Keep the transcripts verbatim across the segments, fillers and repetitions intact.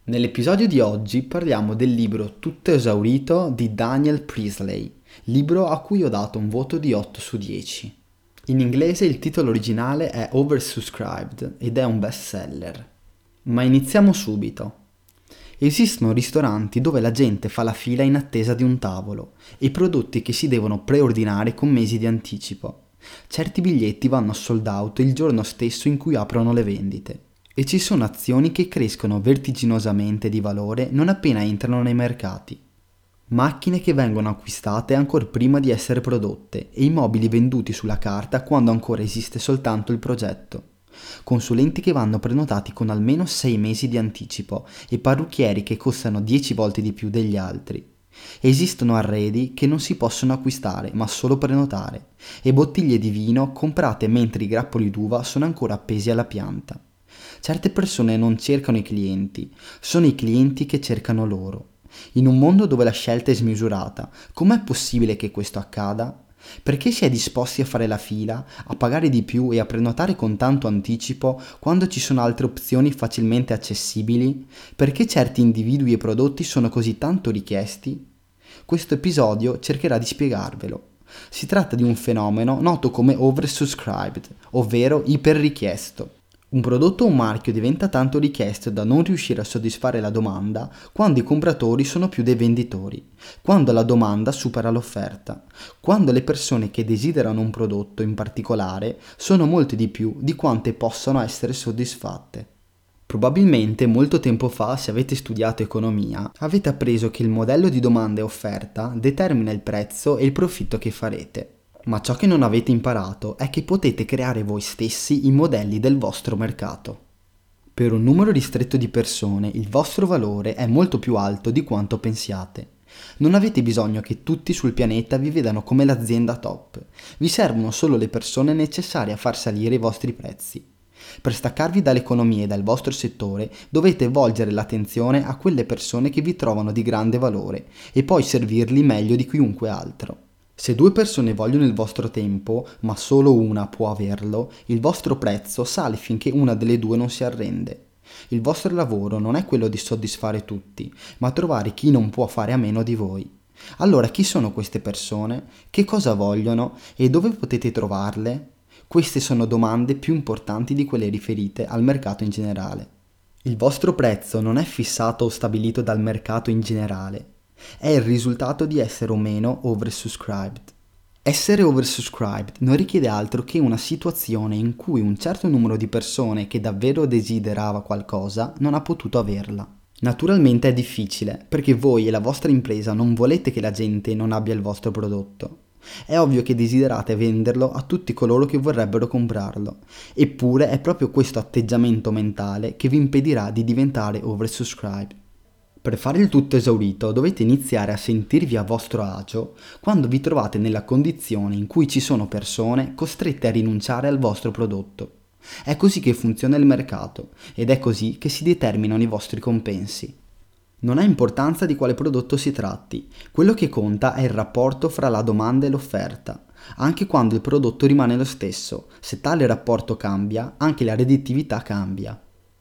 Nell'episodio di oggi parliamo del libro Tutto esaurito di Daniel Priestley, libro a cui ho dato un voto di otto su dieci. In inglese il titolo originale è Oversubscribed ed è un bestseller. Ma iniziamo subito. Esistono ristoranti dove la gente fa la fila in attesa di un tavolo e prodotti che si devono preordinare con mesi di anticipo. Certi biglietti vanno sold out il giorno stesso in cui aprono le vendite. E ci sono azioni che crescono vertiginosamente di valore non appena entrano nei mercati. Macchine che vengono acquistate ancora prima di essere prodotte e immobili venduti sulla carta quando ancora esiste soltanto il progetto. Consulenti che vanno prenotati con almeno sei mesi di anticipo e parrucchieri che costano dieci volte di più degli altri. Esistono arredi che non si possono acquistare ma solo prenotare e bottiglie di vino comprate mentre i grappoli d'uva sono ancora appesi alla pianta. Certe persone non cercano i clienti, sono i clienti che cercano loro. In un mondo dove la scelta è smisurata, com'è possibile che questo accada? Perché si è disposti a fare la fila, a pagare di più e a prenotare con tanto anticipo quando ci sono altre opzioni facilmente accessibili? Perché certi individui e prodotti sono così tanto richiesti? Questo episodio cercherà di spiegarvelo. Si tratta di un fenomeno noto come oversubscribed, ovvero iperrichiesto. Un prodotto o un marchio diventa tanto richiesto da non riuscire a soddisfare la domanda quando i compratori sono più dei venditori, quando la domanda supera l'offerta, quando le persone che desiderano un prodotto in particolare sono molte di più di quante possano essere soddisfatte. Probabilmente molto tempo fa, se avete studiato economia, avete appreso che il modello di domanda e offerta determina il prezzo e il profitto che farete. Ma ciò che non avete imparato è che potete creare voi stessi i modelli del vostro mercato. Per un numero ristretto di persone il vostro valore è molto più alto di quanto pensiate. Non avete bisogno che tutti sul pianeta vi vedano come l'azienda top. Vi servono solo le persone necessarie a far salire i vostri prezzi. Per staccarvi dall'economia e dal vostro settore dovete volgere l'attenzione a quelle persone che vi trovano di grande valore e poi servirli meglio di chiunque altro. Se due persone vogliono il vostro tempo, ma solo una può averlo, il vostro prezzo sale finché una delle due non si arrende. Il vostro lavoro non è quello di soddisfare tutti, ma trovare chi non può fare a meno di voi. Allora chi sono queste persone? Che cosa vogliono? E dove potete trovarle? Queste sono domande più importanti di quelle riferite al mercato in generale. Il vostro prezzo non è fissato o stabilito dal mercato in generale. È il risultato di essere o meno oversubscribed. Essere oversubscribed non richiede altro che una situazione in cui un certo numero di persone che davvero desiderava qualcosa non ha potuto averla. Naturalmente è difficile, perché voi e la vostra impresa non volete che la gente non abbia il vostro prodotto. È ovvio che desiderate venderlo a tutti coloro che vorrebbero comprarlo, eppure è proprio questo atteggiamento mentale che vi impedirà di diventare oversubscribed. Per fare il tutto esaurito dovete iniziare a sentirvi a vostro agio quando vi trovate nella condizione in cui ci sono persone costrette a rinunciare al vostro prodotto. È così che funziona il mercato ed è così che si determinano i vostri compensi. Non ha importanza di quale prodotto si tratti, quello che conta è il rapporto fra la domanda e l'offerta. Anche quando il prodotto rimane lo stesso, se tale rapporto cambia, anche la redditività cambia.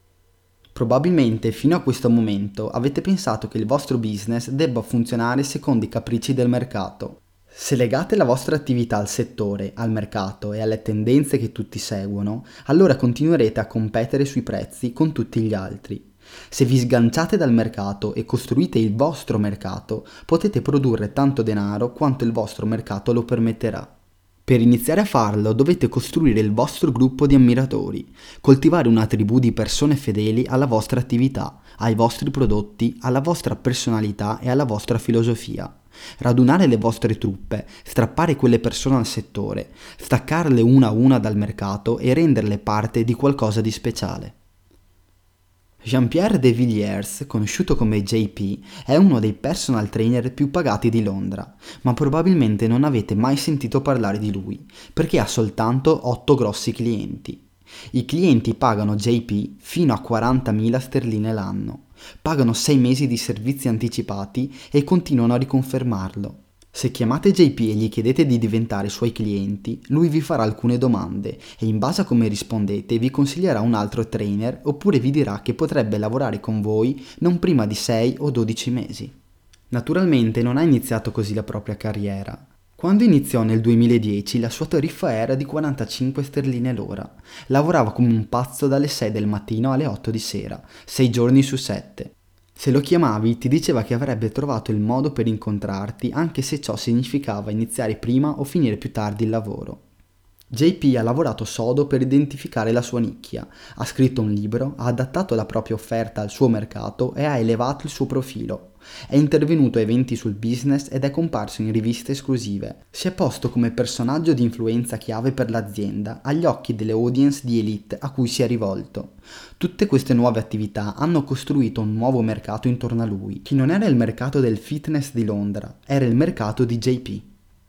Probabilmente fino a questo momento avete pensato che il vostro business debba funzionare secondo i capricci del mercato. Se legate la vostra attività al settore, al mercato e alle tendenze che tutti seguono, allora continuerete a competere sui prezzi con tutti gli altri. Se vi sganciate dal mercato e costruite il vostro mercato, potete produrre tanto denaro quanto il vostro mercato lo permetterà. Per iniziare a farlo dovete costruire il vostro gruppo di ammiratori, coltivare una tribù di persone fedeli alla vostra attività, ai vostri prodotti, alla vostra personalità e alla vostra filosofia. Radunare le vostre truppe, strappare quelle persone al settore, staccarle una a una dal mercato e renderle parte di qualcosa di speciale. Jean-Pierre de Villiers, conosciuto come J P, è uno dei personal trainer più pagati di Londra, ma probabilmente non avete mai sentito parlare di lui, perché ha soltanto otto grossi clienti. I clienti pagano J P fino a quarantamila sterline l'anno, pagano sei mesi di servizi anticipati e continuano a riconfermarlo. Se chiamate J P e gli chiedete di diventare suoi clienti, lui vi farà alcune domande e in base a come rispondete vi consiglierà un altro trainer oppure vi dirà che potrebbe lavorare con voi non prima di sei o dodici mesi. Naturalmente non ha iniziato così la propria carriera. Quando iniziò nel duemiladieci la sua tariffa era di quarantacinque sterline l'ora. Lavorava come un pazzo dalle sei del mattino alle otto di sera, sei giorni su sette. Se lo chiamavi ti diceva che avrebbe trovato il modo per incontrarti anche se ciò significava iniziare prima o finire più tardi il lavoro. J P ha lavorato sodo per identificare la sua nicchia, ha scritto un libro, ha adattato la propria offerta al suo mercato e ha elevato il suo profilo. È intervenuto a eventi sul business ed è comparso in riviste esclusive. Si è posto come personaggio di influenza chiave per l'azienda agli occhi delle audience di elite a cui si è rivolto. Tutte queste nuove attività hanno costruito un nuovo mercato intorno a lui, che non era il mercato del fitness di Londra, era il mercato di J P.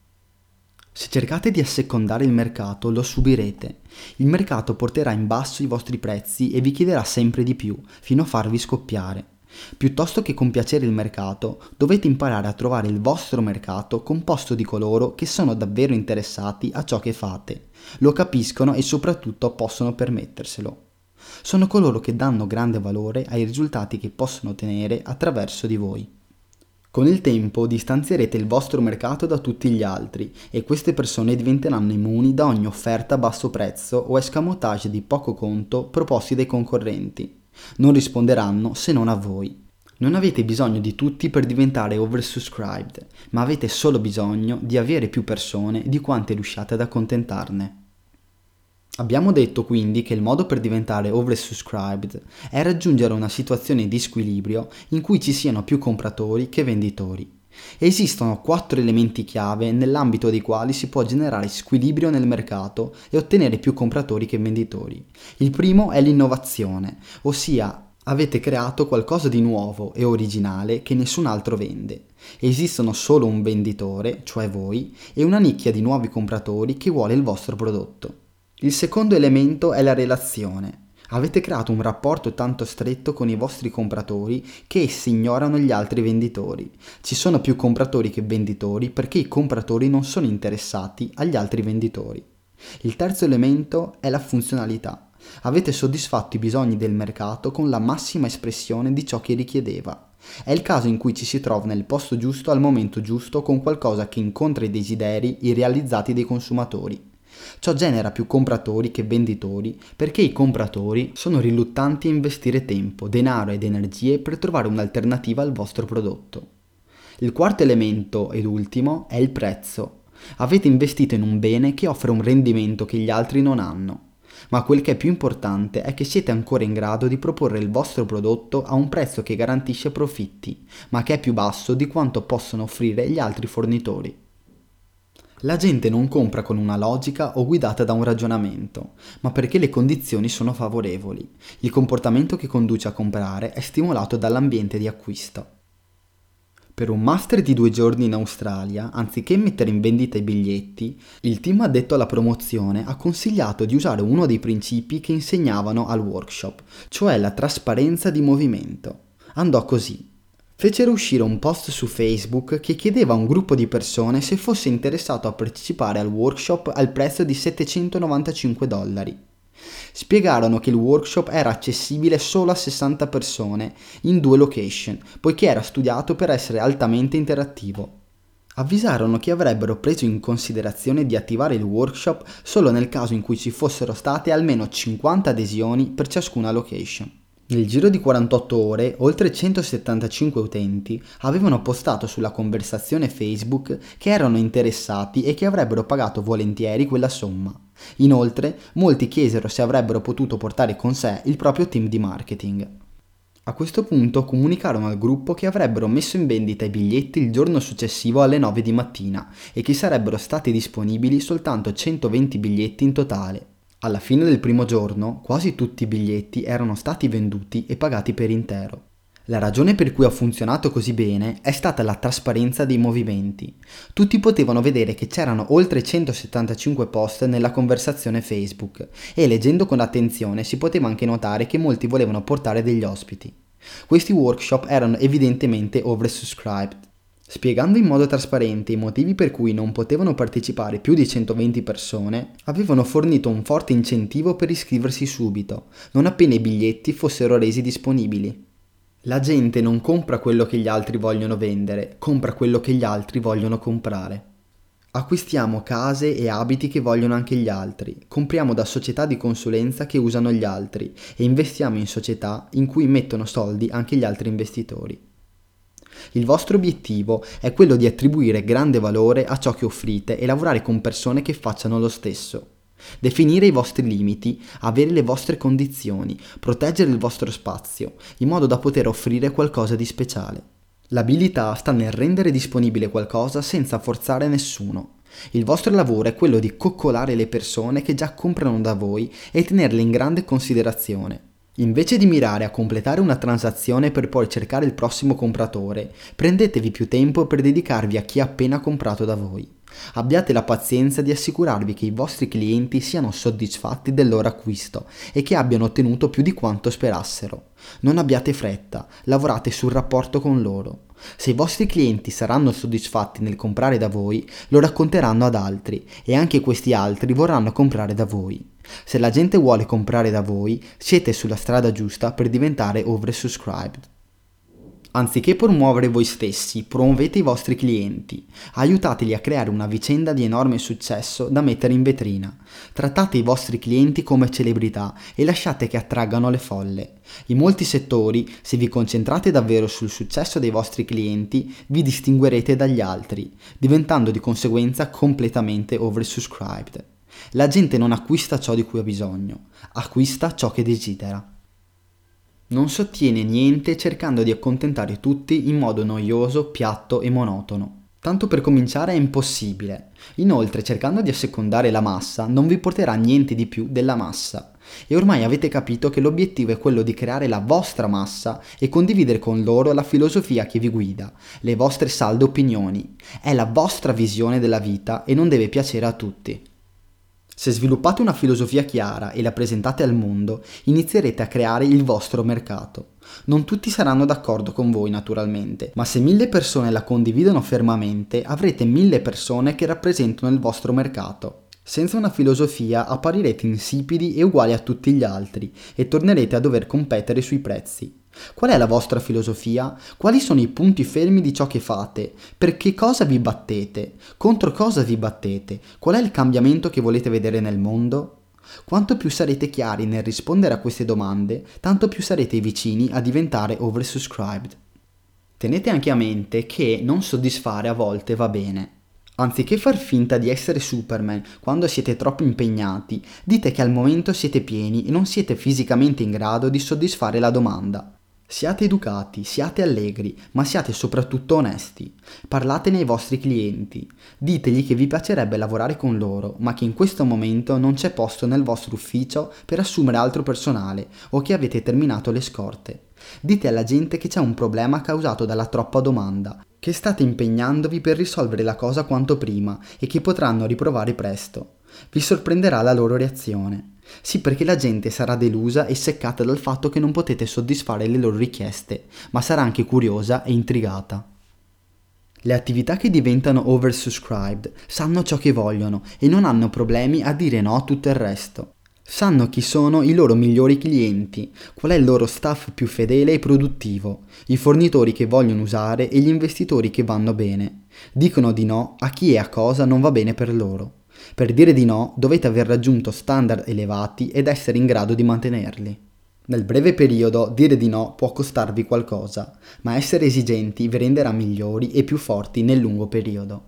Se cercate di assecondare il mercato, lo subirete. Il mercato porterà in basso i vostri prezzi e vi chiederà sempre di più, fino a farvi scoppiare. Piuttosto che compiacere il mercato, dovete imparare a trovare il vostro mercato composto di coloro che sono davvero interessati a ciò che fate, lo capiscono e soprattutto possono permetterselo. Sono coloro che danno grande valore ai risultati che possono ottenere attraverso di voi. Con il tempo distanzierete il vostro mercato da tutti gli altri e queste persone diventeranno immuni da ogni offerta a basso prezzo o escamotage di poco conto proposti dai concorrenti. Non risponderanno se non a voi. Non avete bisogno di tutti per diventare oversubscribed, ma avete solo bisogno di avere più persone di quante riusciate ad accontentarne. Abbiamo detto quindi che il modo per diventare oversubscribed è raggiungere una situazione di squilibrio in cui ci siano più compratori che venditori. Esistono quattro elementi chiave nell'ambito dei quali si può generare squilibrio nel mercato e ottenere più compratori che venditori. Il primo è l'innovazione, ossia avete creato qualcosa di nuovo e originale che nessun altro vende. Esistono solo un venditore, cioè voi, e una nicchia di nuovi compratori che vuole il vostro prodotto. Il secondo elemento è la relazione. Avete creato un rapporto tanto stretto con i vostri compratori che essi ignorano gli altri venditori. Ci sono più compratori che venditori perché i compratori non sono interessati agli altri venditori. Il terzo elemento è la funzionalità. Avete soddisfatto i bisogni del mercato con la massima espressione di ciò che richiedeva. È il caso in cui ci si trova nel posto giusto al momento giusto con qualcosa che incontra i desideri irrealizzati dei consumatori. Ciò genera più compratori che venditori perché i compratori sono riluttanti a investire tempo, denaro ed energie per trovare un'alternativa al vostro prodotto. Il quarto elemento ed ultimo è il prezzo. Avete investito in un bene che offre un rendimento che gli altri non hanno. Ma quel che è più importante è che siete ancora in grado di proporre il vostro prodotto a un prezzo che garantisce profitti, ma che è più basso di quanto possono offrire gli altri fornitori. La gente non compra con una logica o guidata da un ragionamento, ma perché le condizioni sono favorevoli. Il comportamento che conduce a comprare è stimolato dall'ambiente di acquisto. Per un master di due giorni in Australia, anziché mettere in vendita i biglietti, il team addetto alla promozione ha consigliato di usare uno dei principi che insegnavano al workshop, cioè la trasparenza di movimento. Andò così. Fecero uscire un post su Facebook che chiedeva a un gruppo di persone se fosse interessato a partecipare al workshop al prezzo di settecentonovantacinque dollari. Spiegarono che il workshop era accessibile solo a sessanta persone in due location, poiché era studiato per essere altamente interattivo. Avvisarono che avrebbero preso in considerazione di attivare il workshop solo nel caso in cui ci fossero state almeno cinquanta adesioni per ciascuna location. Nel giro di quarantotto ore, oltre centosettantacinque utenti avevano postato sulla conversazione Facebook che erano interessati e che avrebbero pagato volentieri quella somma. Inoltre, molti chiesero se avrebbero potuto portare con sé il proprio team di marketing. A questo punto comunicarono al gruppo che avrebbero messo in vendita i biglietti il giorno successivo alle nove di mattina e che sarebbero stati disponibili soltanto centoventi biglietti in totale. Alla fine del primo giorno, quasi tutti i biglietti erano stati venduti e pagati per intero. La ragione per cui ha funzionato così bene è stata la trasparenza dei movimenti. Tutti potevano vedere che c'erano oltre centosettantacinque post nella conversazione Facebook e leggendo con attenzione si poteva anche notare che molti volevano portare degli ospiti. Questi workshop erano evidentemente oversubscribed. Spiegando in modo trasparente i motivi per cui non potevano partecipare più di centoventi persone, avevano fornito un forte incentivo per iscriversi subito, non appena i biglietti fossero resi disponibili. La gente non compra quello che gli altri vogliono vendere, compra quello che gli altri vogliono comprare. Acquistiamo case e abiti che vogliono anche gli altri, compriamo da società di consulenza che usano gli altri e investiamo in società in cui mettono soldi anche gli altri investitori. Il vostro obiettivo è quello di attribuire grande valore a ciò che offrite e lavorare con persone che facciano lo stesso. Definire i vostri limiti, avere le vostre condizioni, proteggere il vostro spazio, in modo da poter offrire qualcosa di speciale. L'abilità sta nel rendere disponibile qualcosa senza forzare nessuno. Il vostro lavoro è quello di coccolare le persone che già comprano da voi e tenerle in grande considerazione. Invece di mirare a completare una transazione per poi cercare il prossimo compratore, prendetevi più tempo per dedicarvi a chi ha appena comprato da voi. Abbiate la pazienza di assicurarvi che i vostri clienti siano soddisfatti del loro acquisto e che abbiano ottenuto più di quanto sperassero. Non abbiate fretta, lavorate sul rapporto con loro. Se i vostri clienti saranno soddisfatti nel comprare da voi, lo racconteranno ad altri e anche questi altri vorranno comprare da voi. Se la gente vuole comprare da voi, siete sulla strada giusta per diventare oversubscribed. Anziché promuovere voi stessi, promuovete i vostri clienti. Aiutateli a creare una vicenda di enorme successo da mettere in vetrina. Trattate i vostri clienti come celebrità e lasciate che attraggano le folle. In molti settori, se vi concentrate davvero sul successo dei vostri clienti, vi distinguerete dagli altri, diventando di conseguenza completamente oversubscribed. La gente non acquista ciò di cui ha bisogno, acquista ciò che desidera. Non sottiene niente cercando di accontentare tutti in modo noioso, piatto e monotono. Tanto per cominciare è impossibile. Inoltre, cercando di assecondare la massa, non vi porterà niente di più della massa. E ormai avete capito che l'obiettivo è quello di creare la vostra massa e condividere con loro la filosofia che vi guida, le vostre salde opinioni. È la vostra visione della vita e non deve piacere a tutti. Se sviluppate una filosofia chiara e la presentate al mondo, inizierete a creare il vostro mercato. Non tutti saranno d'accordo con voi naturalmente, ma se mille persone la condividono fermamente, avrete mille persone che rappresentano il vostro mercato. Senza una filosofia apparirete insipidi e uguali a tutti gli altri e tornerete a dover competere sui prezzi. Qual è la vostra filosofia? Quali sono i punti fermi di ciò che fate? Per che cosa vi battete? Contro cosa vi battete? Qual è il cambiamento che volete vedere nel mondo? Quanto più sarete chiari nel rispondere a queste domande, tanto più sarete vicini a diventare oversubscribed. Tenete anche a mente che non soddisfare a volte va bene. Anziché far finta di essere Superman quando siete troppo impegnati, dite che al momento siete pieni e non siete fisicamente in grado di soddisfare la domanda. Siate educati, siate allegri, ma siate soprattutto onesti. Parlatene ai vostri clienti. Ditegli che vi piacerebbe lavorare con loro, ma che in questo momento non c'è posto nel vostro ufficio per assumere altro personale o che avete terminato le scorte. Dite alla gente che c'è un problema causato dalla troppa domanda, che state impegnandovi per risolvere la cosa quanto prima e che potranno riprovare presto. Vi sorprenderà la loro reazione. Sì, perché la gente sarà delusa e seccata dal fatto che non potete soddisfare le loro richieste, ma sarà anche curiosa e intrigata. Le attività che diventano oversubscribed sanno ciò che vogliono e non hanno problemi a dire no a tutto il resto. Sanno chi sono i loro migliori clienti, qual è il loro staff più fedele e produttivo, i fornitori che vogliono usare e gli investitori che vanno bene. Dicono di no a chi e a cosa non va bene per loro. Per dire di no dovete aver raggiunto standard elevati ed essere in grado di mantenerli. Nel breve periodo dire di no può costarvi qualcosa, ma essere esigenti vi renderà migliori e più forti nel lungo periodo.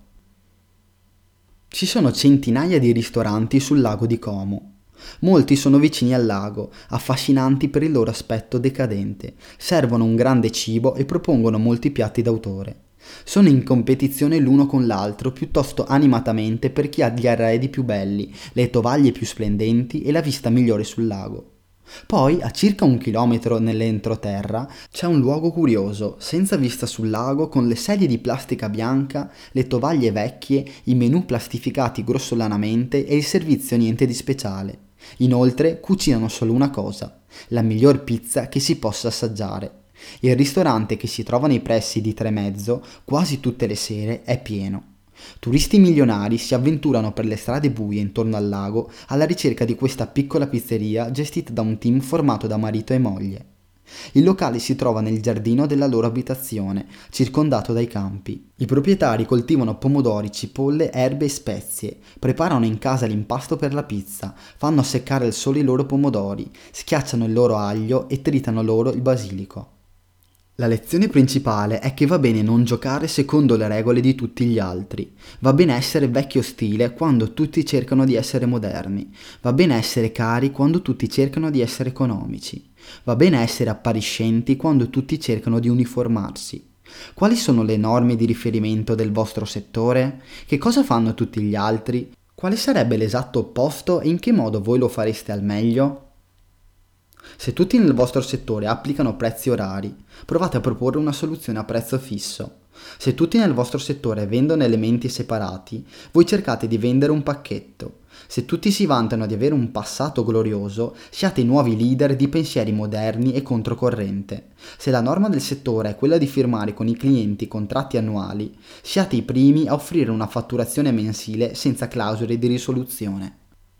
Ci sono centinaia di ristoranti sul lago di Como. Molti sono vicini al lago, affascinanti per il loro aspetto decadente, servono un grande cibo e propongono molti piatti d'autore. Sono in competizione l'uno con l'altro piuttosto animatamente per chi ha gli arredi più belli, le tovaglie più splendenti e la vista migliore sul lago. Poi, a circa un chilometro nell'entroterra, c'è un luogo curioso, senza vista sul lago, con le sedie di plastica bianca, le tovaglie vecchie, i menù plastificati grossolanamente e il servizio niente di speciale. Inoltre, cucinano solo una cosa, la miglior pizza che si possa assaggiare. Il ristorante che si trova nei pressi di Tremezzo, quasi tutte le sere, è pieno. Turisti milionari si avventurano per le strade buie intorno al lago alla ricerca di questa piccola pizzeria gestita da un team formato da marito e moglie. Il locale si trova nel giardino della loro abitazione, circondato dai campi. I proprietari coltivano pomodori, cipolle, erbe e spezie, preparano in casa l'impasto per la pizza, fanno seccare al sole i loro pomodori, schiacciano il loro aglio e tritano loro il basilico. La lezione principale è che va bene non giocare secondo le regole di tutti gli altri, va bene essere vecchio stile quando tutti cercano di essere moderni, va bene essere cari quando tutti cercano di essere economici, va bene essere appariscenti quando tutti cercano di uniformarsi. Quali sono le norme di riferimento del vostro settore? Che cosa fanno tutti gli altri? Quale sarebbe l'esatto opposto e in che modo voi lo fareste al meglio? Se tutti nel vostro settore applicano prezzi orari, provate a proporre una soluzione a prezzo fisso. Se tutti nel vostro settore vendono elementi separati, voi cercate di vendere un pacchetto. Se tutti si vantano di avere un passato glorioso, siate i nuovi leader di pensieri moderni e controcorrente. Se la norma del settore è quella di firmare con i clienti contratti annuali, siate i primi a offrire una fatturazione mensile senza clausole di risoluzione.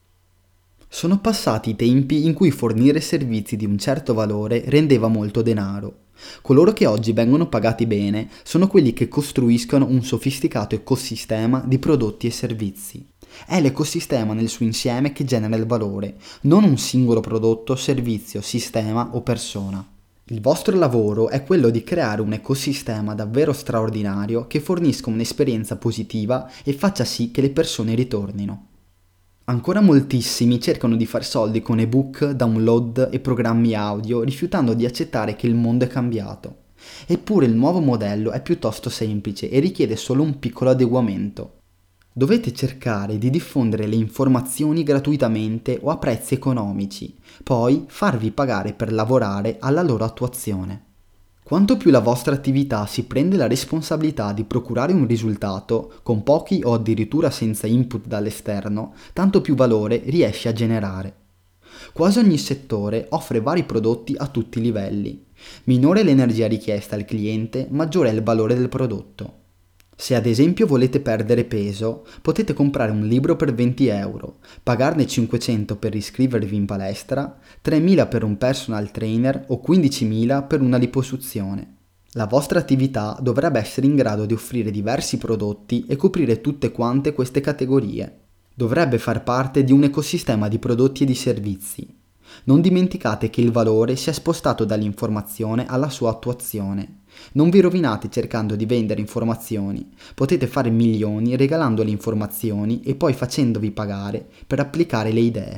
Sono passati i tempi in cui fornire servizi di un certo valore rendeva molto denaro. Coloro che oggi vengono pagati bene sono quelli che costruiscono un sofisticato ecosistema di prodotti e servizi. È l'ecosistema nel suo insieme che genera il valore, non un singolo prodotto, servizio, sistema o persona. Il vostro lavoro è quello di creare un ecosistema davvero straordinario che fornisca un'esperienza positiva e faccia sì che le persone ritornino. Ancora moltissimi cercano di fare soldi con ebook, download e programmi audio, rifiutando di accettare che il mondo è cambiato. Eppure il nuovo modello è piuttosto semplice e richiede solo un piccolo adeguamento. Dovete cercare di diffondere le informazioni gratuitamente o a prezzi economici, poi farvi pagare per lavorare alla loro attuazione. Quanto più la vostra attività si prende la responsabilità di procurare un risultato, con pochi o addirittura senza input dall'esterno, tanto più valore riesce a generare. Quasi ogni settore offre vari prodotti a tutti i livelli. Minore è l'energia richiesta al cliente, maggiore è il valore del prodotto. Se ad esempio volete perdere peso, potete comprare un libro per venti euro, pagarne cinquecento per iscrivervi in palestra, tremila per un personal trainer o quindicimila per una liposuzione. La vostra attività dovrebbe essere in grado di offrire diversi prodotti e coprire tutte quante queste categorie. Dovrebbe far parte di un ecosistema di prodotti e di servizi. Non dimenticate che il valore si è spostato dall'informazione alla sua attuazione. Non vi rovinate cercando di vendere informazioni, potete fare milioni regalando le informazioni e poi facendovi pagare per applicare le idee.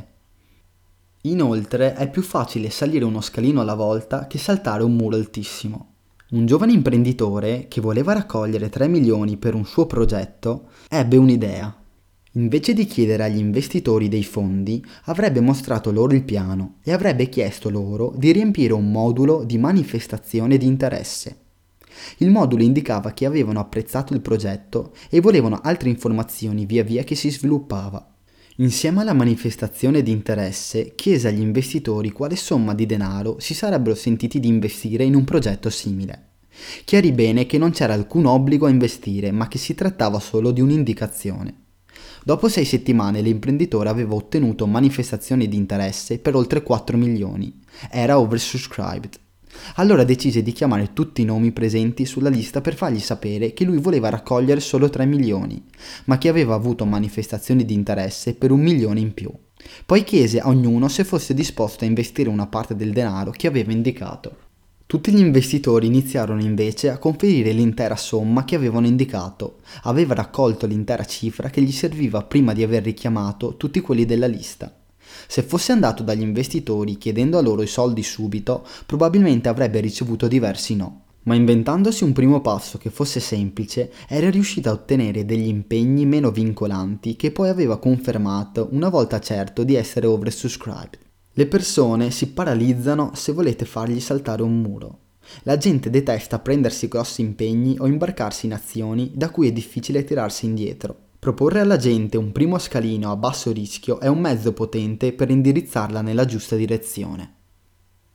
Inoltre è più facile salire uno scalino alla volta che saltare un muro altissimo. Un giovane imprenditore che voleva raccogliere tre milioni per un suo progetto ebbe un'idea. Invece di chiedere agli investitori dei fondi, avrebbe mostrato loro il piano e avrebbe chiesto loro di riempire un modulo di manifestazione di interesse. Il modulo indicava che avevano apprezzato il progetto e volevano altre informazioni via via che si sviluppava. Insieme alla manifestazione di interesse, chiese agli investitori quale somma di denaro si sarebbero sentiti di investire in un progetto simile. Chiarì bene che non c'era alcun obbligo a investire, ma che si trattava solo di un'indicazione. Dopo sei settimane l'imprenditore aveva ottenuto manifestazioni di interesse per oltre quattro milioni. Era oversubscribed. Allora decise di chiamare tutti i nomi presenti sulla lista per fargli sapere che lui voleva raccogliere solo tre milioni, ma che aveva avuto manifestazioni di interesse per un milione in più. Poi chiese a ognuno se fosse disposto a investire una parte del denaro che aveva indicato. Tutti gli investitori iniziarono invece a conferire l'intera somma che avevano indicato. Aveva raccolto l'intera cifra che gli serviva prima di aver richiamato tutti quelli della lista. Se fosse andato dagli investitori chiedendo a loro i soldi subito, probabilmente avrebbe ricevuto diversi no. Ma inventandosi un primo passo che fosse semplice, era riuscito a ottenere degli impegni meno vincolanti che poi aveva confermato una volta certo di essere oversubscribed. Le persone si paralizzano se volete fargli saltare un muro. La gente detesta prendersi grossi impegni o imbarcarsi in azioni da cui è difficile tirarsi indietro. Proporre alla gente un primo scalino a basso rischio è un mezzo potente per indirizzarla nella giusta direzione.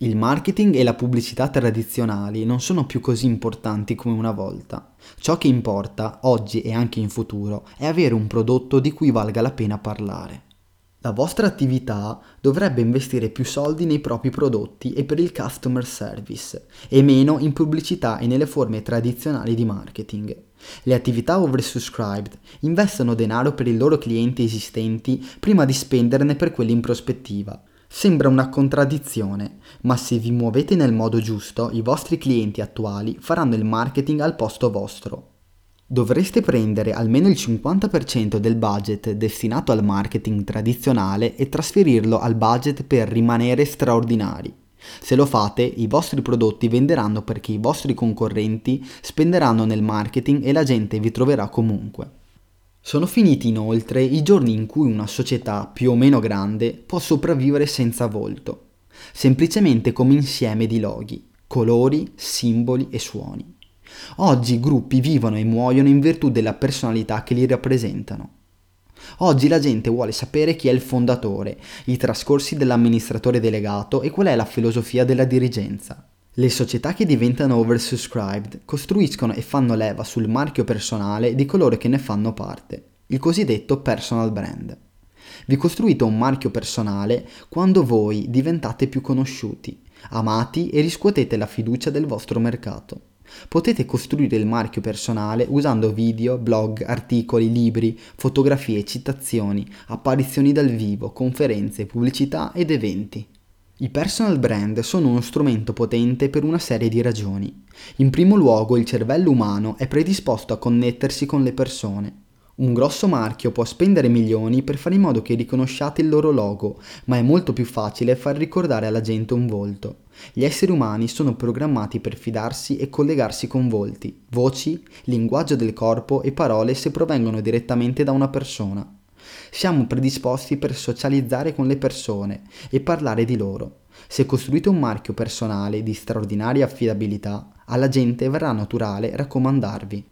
Il marketing e la pubblicità tradizionali non sono più così importanti come una volta. Ciò che importa, oggi e anche in futuro, è avere un prodotto di cui valga la pena parlare. La vostra attività dovrebbe investire più soldi nei propri prodotti e per il customer service, e meno in pubblicità e nelle forme tradizionali di marketing. Le attività oversubscribed investono denaro per i loro clienti esistenti prima di spenderne per quelli in prospettiva. Sembra una contraddizione, ma se vi muovete nel modo giusto, i vostri clienti attuali faranno il marketing al posto vostro. Dovreste prendere almeno il cinquanta per cento del budget destinato al marketing tradizionale e trasferirlo al budget per rimanere straordinari. Se lo fate, i vostri prodotti venderanno perché i vostri concorrenti spenderanno nel marketing e la gente vi troverà comunque. Sono finiti inoltre i giorni in cui una società più o meno grande può sopravvivere senza volto, semplicemente come insieme di loghi, colori, simboli e suoni. Oggi i gruppi vivono e muoiono in virtù della personalità che li rappresentano. Oggi la gente vuole sapere chi è il fondatore, i trascorsi dell'amministratore delegato e qual è la filosofia della dirigenza. Le società che diventano oversubscribed costruiscono e fanno leva sul marchio personale di coloro che ne fanno parte, il cosiddetto personal brand. Vi costruite un marchio personale quando voi diventate più conosciuti, amati e riscuotete la fiducia del vostro mercato. Potete costruire il marchio personale usando video, blog, articoli, libri, fotografie, citazioni, apparizioni dal vivo, conferenze, pubblicità ed eventi. I personal brand sono uno strumento potente per una serie di ragioni. In primo luogo, il cervello umano è predisposto a connettersi con le persone. Un grosso marchio può spendere milioni per fare in modo che riconosciate il loro logo, ma è molto più facile far ricordare alla gente un volto. Gli esseri umani sono programmati per fidarsi e collegarsi con volti, voci, linguaggio del corpo e parole se provengono direttamente da una persona. Siamo predisposti per socializzare con le persone e parlare di loro. Se costruite un marchio personale di straordinaria affidabilità, alla gente verrà naturale raccomandarvi.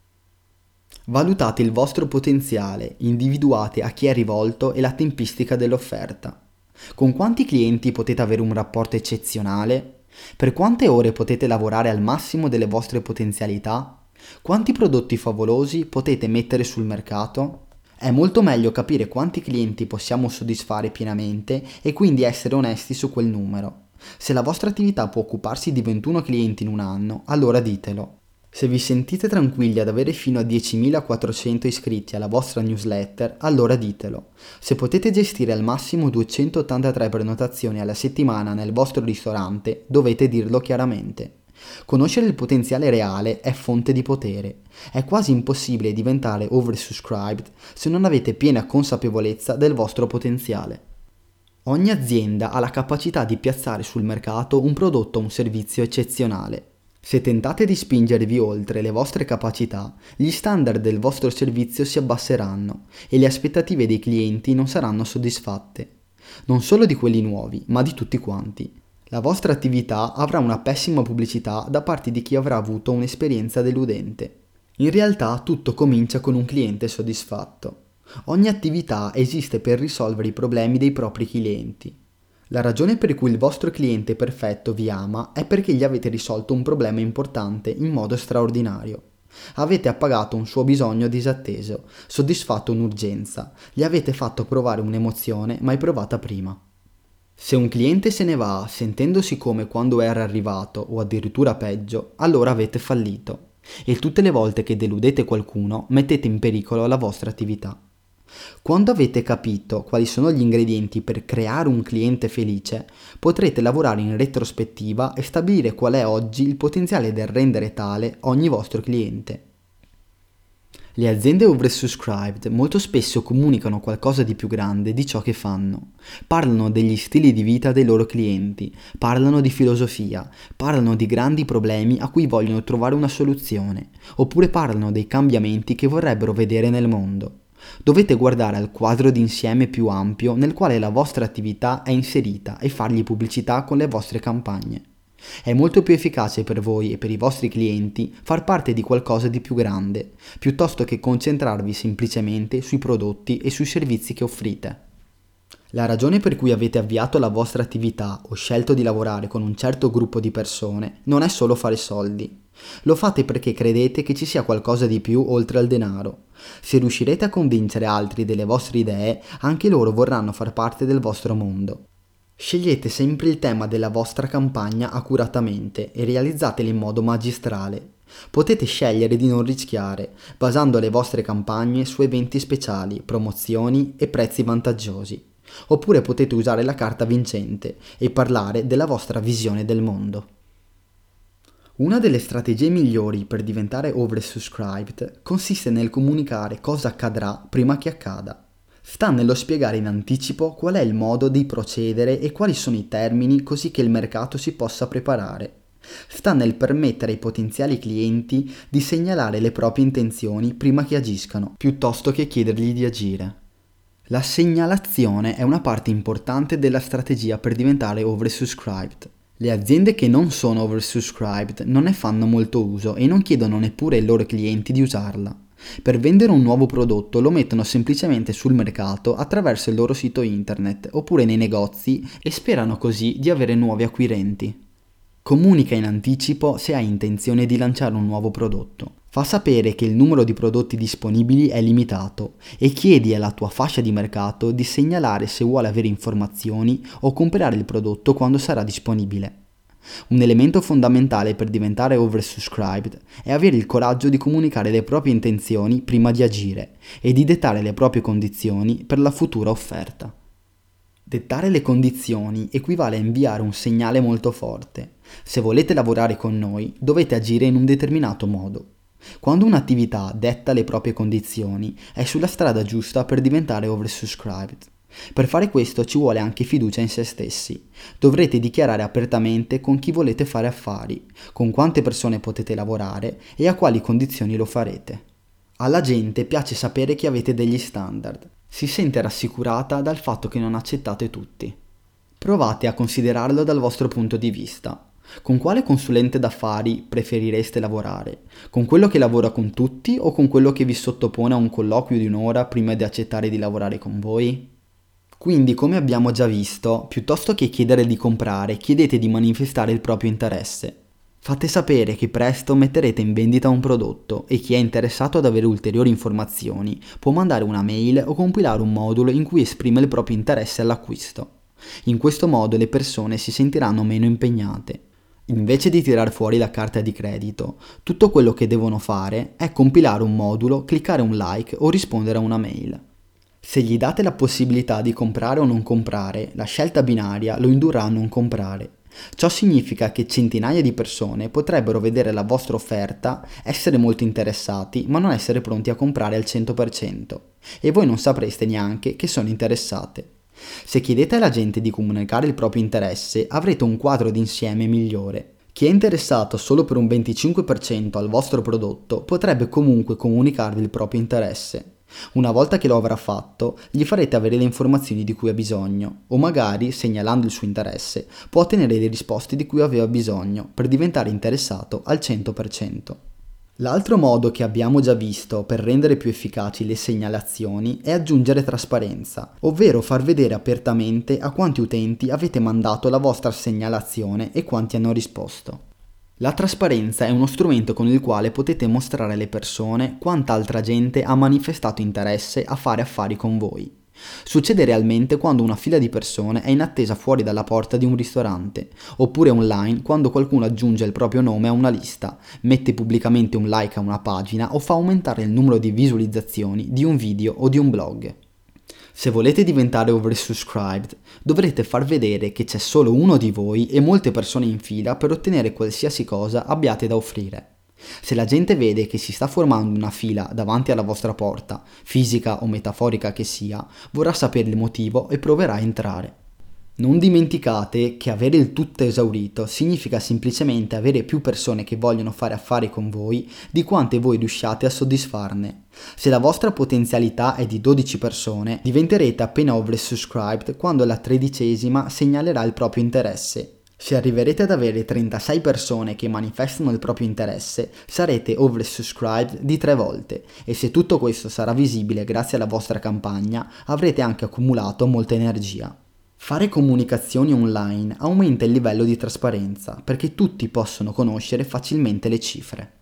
Valutate il vostro potenziale, individuate a chi è rivolto e la tempistica dell'offerta. Con quanti clienti potete avere un rapporto eccezionale? Per quante ore potete lavorare al massimo delle vostre potenzialità? Quanti prodotti favolosi potete mettere sul mercato? È molto meglio capire quanti clienti possiamo soddisfare pienamente e quindi essere onesti su quel numero. Se la vostra attività può occuparsi di ventuno clienti in un anno, allora ditelo. Se vi sentite tranquilli ad avere fino a diecimilaquattrocento iscritti alla vostra newsletter, allora ditelo. Se potete gestire al massimo duecentottantatré prenotazioni alla settimana nel vostro ristorante, dovete dirlo chiaramente. Conoscere il potenziale reale è fonte di potere. È quasi impossibile diventare oversubscribed se non avete piena consapevolezza del vostro potenziale. Ogni azienda ha la capacità di piazzare sul mercato un prodotto o un servizio eccezionale. Se tentate di spingervi oltre le vostre capacità, gli standard del vostro servizio si abbasseranno e le aspettative dei clienti non saranno soddisfatte. Non solo di quelli nuovi, ma di tutti quanti. La vostra attività avrà una pessima pubblicità da parte di chi avrà avuto un'esperienza deludente. In realtà tutto comincia con un cliente soddisfatto. Ogni attività esiste per risolvere i problemi dei propri clienti. La ragione per cui il vostro cliente perfetto vi ama è perché gli avete risolto un problema importante in modo straordinario. Avete appagato un suo bisogno disatteso, soddisfatto un'urgenza, gli avete fatto provare un'emozione mai provata prima. Se un cliente se ne va sentendosi come quando era arrivato o addirittura peggio, allora avete fallito e tutte le volte che deludete qualcuno mettete in pericolo la vostra attività. Quando avete capito quali sono gli ingredienti per creare un cliente felice, potrete lavorare in retrospettiva e stabilire qual è oggi il potenziale del rendere tale ogni vostro cliente. Le aziende oversubscribed molto spesso comunicano qualcosa di più grande di ciò che fanno. Parlano degli stili di vita dei loro clienti, parlano di filosofia, parlano di grandi problemi a cui vogliono trovare una soluzione, oppure parlano dei cambiamenti che vorrebbero vedere nel mondo. Dovete guardare al quadro d'insieme più ampio nel quale la vostra attività è inserita e fargli pubblicità con le vostre campagne. È molto più efficace per voi e per i vostri clienti far parte di qualcosa di più grande, piuttosto che concentrarvi semplicemente sui prodotti e sui servizi che offrite. La ragione per cui avete avviato la vostra attività o scelto di lavorare con un certo gruppo di persone non è solo fare soldi. Lo fate perché credete che ci sia qualcosa di più oltre al denaro. Se riuscirete a convincere altri delle vostre idee, anche loro vorranno far parte del vostro mondo. Scegliete sempre il tema della vostra campagna accuratamente e realizzatela in modo magistrale. Potete scegliere di non rischiare, basando le vostre campagne su eventi speciali, promozioni e prezzi vantaggiosi. Oppure potete usare la carta vincente e parlare della vostra visione del mondo. Una delle strategie migliori per diventare oversubscribed consiste nel comunicare cosa accadrà prima che accada. Sta nello spiegare in anticipo qual è il modo di procedere e quali sono i termini così che il mercato si possa preparare. Sta nel permettere ai potenziali clienti di segnalare le proprie intenzioni prima che agiscano, piuttosto che chiedergli di agire. La segnalazione è una parte importante della strategia per diventare oversubscribed. Le aziende che non sono oversubscribed non ne fanno molto uso e non chiedono neppure ai loro clienti di usarla. Per vendere un nuovo prodotto lo mettono semplicemente sul mercato attraverso il loro sito internet oppure nei negozi e sperano così di avere nuovi acquirenti. Comunica in anticipo se hai intenzione di lanciare un nuovo prodotto. Fa sapere che il numero di prodotti disponibili è limitato e chiedi alla tua fascia di mercato di segnalare se vuole avere informazioni o comprare il prodotto quando sarà disponibile. Un elemento fondamentale per diventare oversubscribed è avere il coraggio di comunicare le proprie intenzioni prima di agire e di dettare le proprie condizioni per la futura offerta. Dettare le condizioni equivale a inviare un segnale molto forte. Se volete lavorare con noi, dovete agire in un determinato modo. Quando un'attività detta le proprie condizioni, è sulla strada giusta per diventare oversubscribed. Per fare questo ci vuole anche fiducia in se stessi. Dovrete dichiarare apertamente con chi volete fare affari, con quante persone potete lavorare e a quali condizioni lo farete. Alla gente piace sapere che avete degli standard. Si sente rassicurata dal fatto che non accettate tutti. Provate a considerarlo dal vostro punto di vista. Con quale consulente d'affari preferireste lavorare? Con quello che lavora con tutti o con quello che vi sottopone a un colloquio di un'ora prima di accettare di lavorare con voi? Quindi, come abbiamo già visto, piuttosto che chiedere di comprare, chiedete di manifestare il proprio interesse. Fate sapere che presto metterete in vendita un prodotto e chi è interessato ad avere ulteriori informazioni può mandare una mail o compilare un modulo in cui esprime il proprio interesse all'acquisto. In questo modo le persone si sentiranno meno impegnate. Invece di tirar fuori la carta di credito, tutto quello che devono fare è compilare un modulo, cliccare un like o rispondere a una mail. Se gli date la possibilità di comprare o non comprare, la scelta binaria lo indurrà a non comprare. Ciò significa che centinaia di persone potrebbero vedere la vostra offerta, essere molto interessati, ma non essere pronti a comprare al cento per cento, e voi non sapreste neanche che sono interessate. Se chiedete alla gente di comunicare il proprio interesse, avrete un quadro d'insieme migliore. Chi è interessato solo per un venticinque per cento al vostro prodotto potrebbe comunque comunicarvi il proprio interesse. Una volta che lo avrà fatto, gli farete avere le informazioni di cui ha bisogno, o magari, segnalando il suo interesse, può ottenere le risposte di cui aveva bisogno per diventare interessato al cento per cento. L'altro modo che abbiamo già visto per rendere più efficaci le segnalazioni è aggiungere trasparenza, ovvero far vedere apertamente a quanti utenti avete mandato la vostra segnalazione e quanti hanno risposto. La trasparenza è uno strumento con il quale potete mostrare alle persone quanta altra gente ha manifestato interesse a fare affari con voi. Succede realmente quando una fila di persone è in attesa fuori dalla porta di un ristorante, oppure online quando qualcuno aggiunge il proprio nome a una lista, mette pubblicamente un like a una pagina o fa aumentare il numero di visualizzazioni di un video o di un blog. Se volete diventare oversubscribed, dovrete far vedere che c'è solo uno di voi e molte persone in fila per ottenere qualsiasi cosa abbiate da offrire. Se la gente vede che si sta formando una fila davanti alla vostra porta, fisica o metaforica che sia, vorrà sapere il motivo e proverà a entrare. Non dimenticate che avere il tutto esaurito significa semplicemente avere più persone che vogliono fare affari con voi di quante voi riusciate a soddisfarne. Se la vostra potenzialità è di dodici persone, diventerete appena oversubscribed quando la tredicesima segnalerà il proprio interesse. Se arriverete ad avere trentasei persone che manifestano il proprio interesse, sarete oversubscribed di tre volte e se tutto questo sarà visibile grazie alla vostra campagna, avrete anche accumulato molta energia. Fare comunicazioni online aumenta il livello di trasparenza perché tutti possono conoscere facilmente le cifre.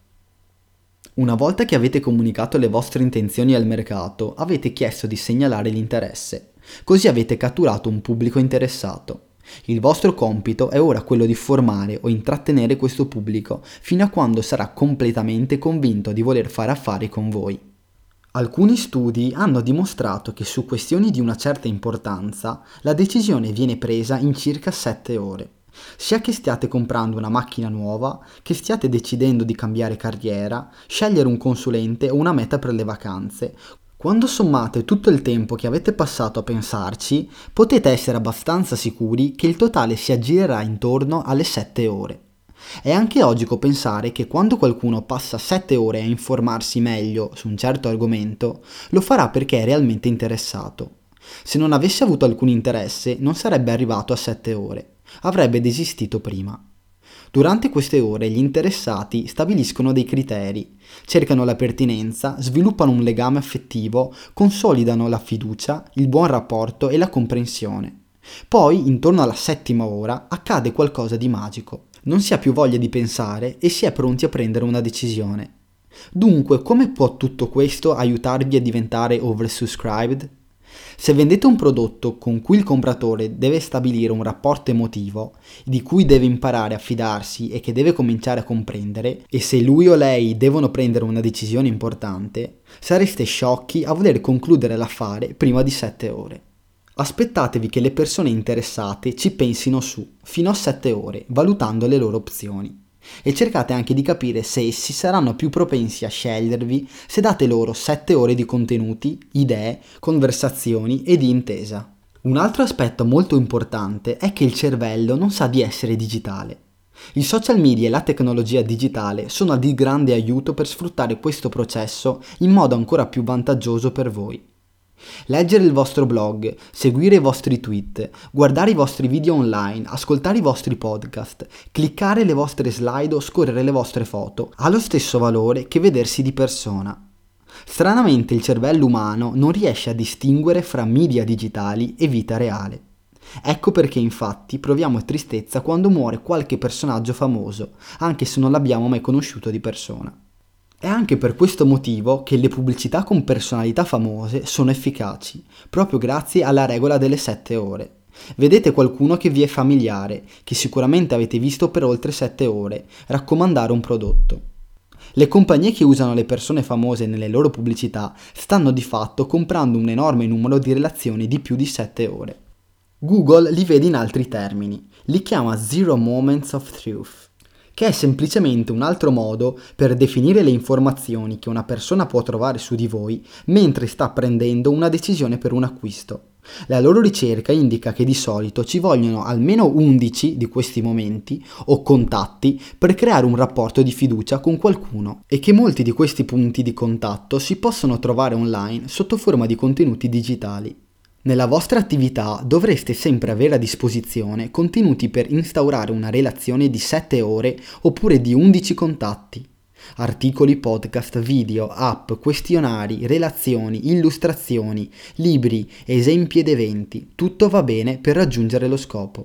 Una volta che avete comunicato le vostre intenzioni al mercato, avete chiesto di segnalare l'interesse, così avete catturato un pubblico interessato. Il vostro compito è ora quello di formare o intrattenere questo pubblico fino a quando sarà completamente convinto di voler fare affari con voi. Alcuni studi hanno dimostrato che su questioni di una certa importanza la decisione viene presa in circa sette ore. Sia che stiate comprando una macchina nuova, che stiate decidendo di cambiare carriera, scegliere un consulente o una meta per le vacanze, quando sommate tutto il tempo che avete passato a pensarci, potete essere abbastanza sicuri che il totale si aggirerà intorno alle sette ore. È anche logico pensare che quando qualcuno passa sette ore a informarsi meglio su un certo argomento, lo farà perché è realmente interessato. Se non avesse avuto alcun interesse, non sarebbe arrivato a sette ore. Avrebbe desistito prima. Durante queste ore gli interessati stabiliscono dei criteri, cercano la pertinenza, sviluppano un legame affettivo, consolidano la fiducia, il buon rapporto e la comprensione. Poi, intorno alla settima ora, accade qualcosa di magico. Non si ha più voglia di pensare e si è pronti a prendere una decisione. Dunque, come può tutto questo aiutarvi a diventare oversubscribed? Se vendete un prodotto con cui il compratore deve stabilire un rapporto emotivo, di cui deve imparare a fidarsi e che deve cominciare a comprendere, e se lui o lei devono prendere una decisione importante, sareste sciocchi a voler concludere l'affare prima di sette ore. Aspettatevi che le persone interessate ci pensino su, fino a sette ore, valutando le loro opzioni. E cercate anche di capire se essi saranno più propensi a scegliervi se date loro sette ore di contenuti, idee, conversazioni e di intesa. Un altro aspetto molto importante è che il cervello non sa di essere digitale. I social media e la tecnologia digitale sono di grande aiuto per sfruttare questo processo in modo ancora più vantaggioso per voi. Leggere il vostro blog, seguire i vostri tweet, guardare i vostri video online, ascoltare i vostri podcast, cliccare le vostre slide o scorrere le vostre foto ha lo stesso valore che vedersi di persona. Stranamente il cervello umano non riesce a distinguere fra media digitali e vita reale. Ecco perché infatti proviamo tristezza quando muore qualche personaggio famoso, anche se non l'abbiamo mai conosciuto di persona. È anche per questo motivo che le pubblicità con personalità famose sono efficaci, proprio grazie alla regola delle sette ore. Vedete qualcuno che vi è familiare, che sicuramente avete visto per oltre sette ore, raccomandare un prodotto. Le compagnie che usano le persone famose nelle loro pubblicità stanno di fatto comprando un enorme numero di relazioni di più di sette ore. Google li vede in altri termini, li chiama Zero Moments of Truth, che è semplicemente un altro modo per definire le informazioni che una persona può trovare su di voi mentre sta prendendo una decisione per un acquisto. La loro ricerca indica che di solito ci vogliono almeno undici di questi momenti o contatti per creare un rapporto di fiducia con qualcuno e che molti di questi punti di contatto si possono trovare online sotto forma di contenuti digitali. Nella vostra attività dovreste sempre avere a disposizione contenuti per instaurare una relazione di sette ore oppure di undici contatti. Articoli, podcast, video, app, questionari, relazioni, illustrazioni, libri, esempi ed eventi, tutto va bene per raggiungere lo scopo.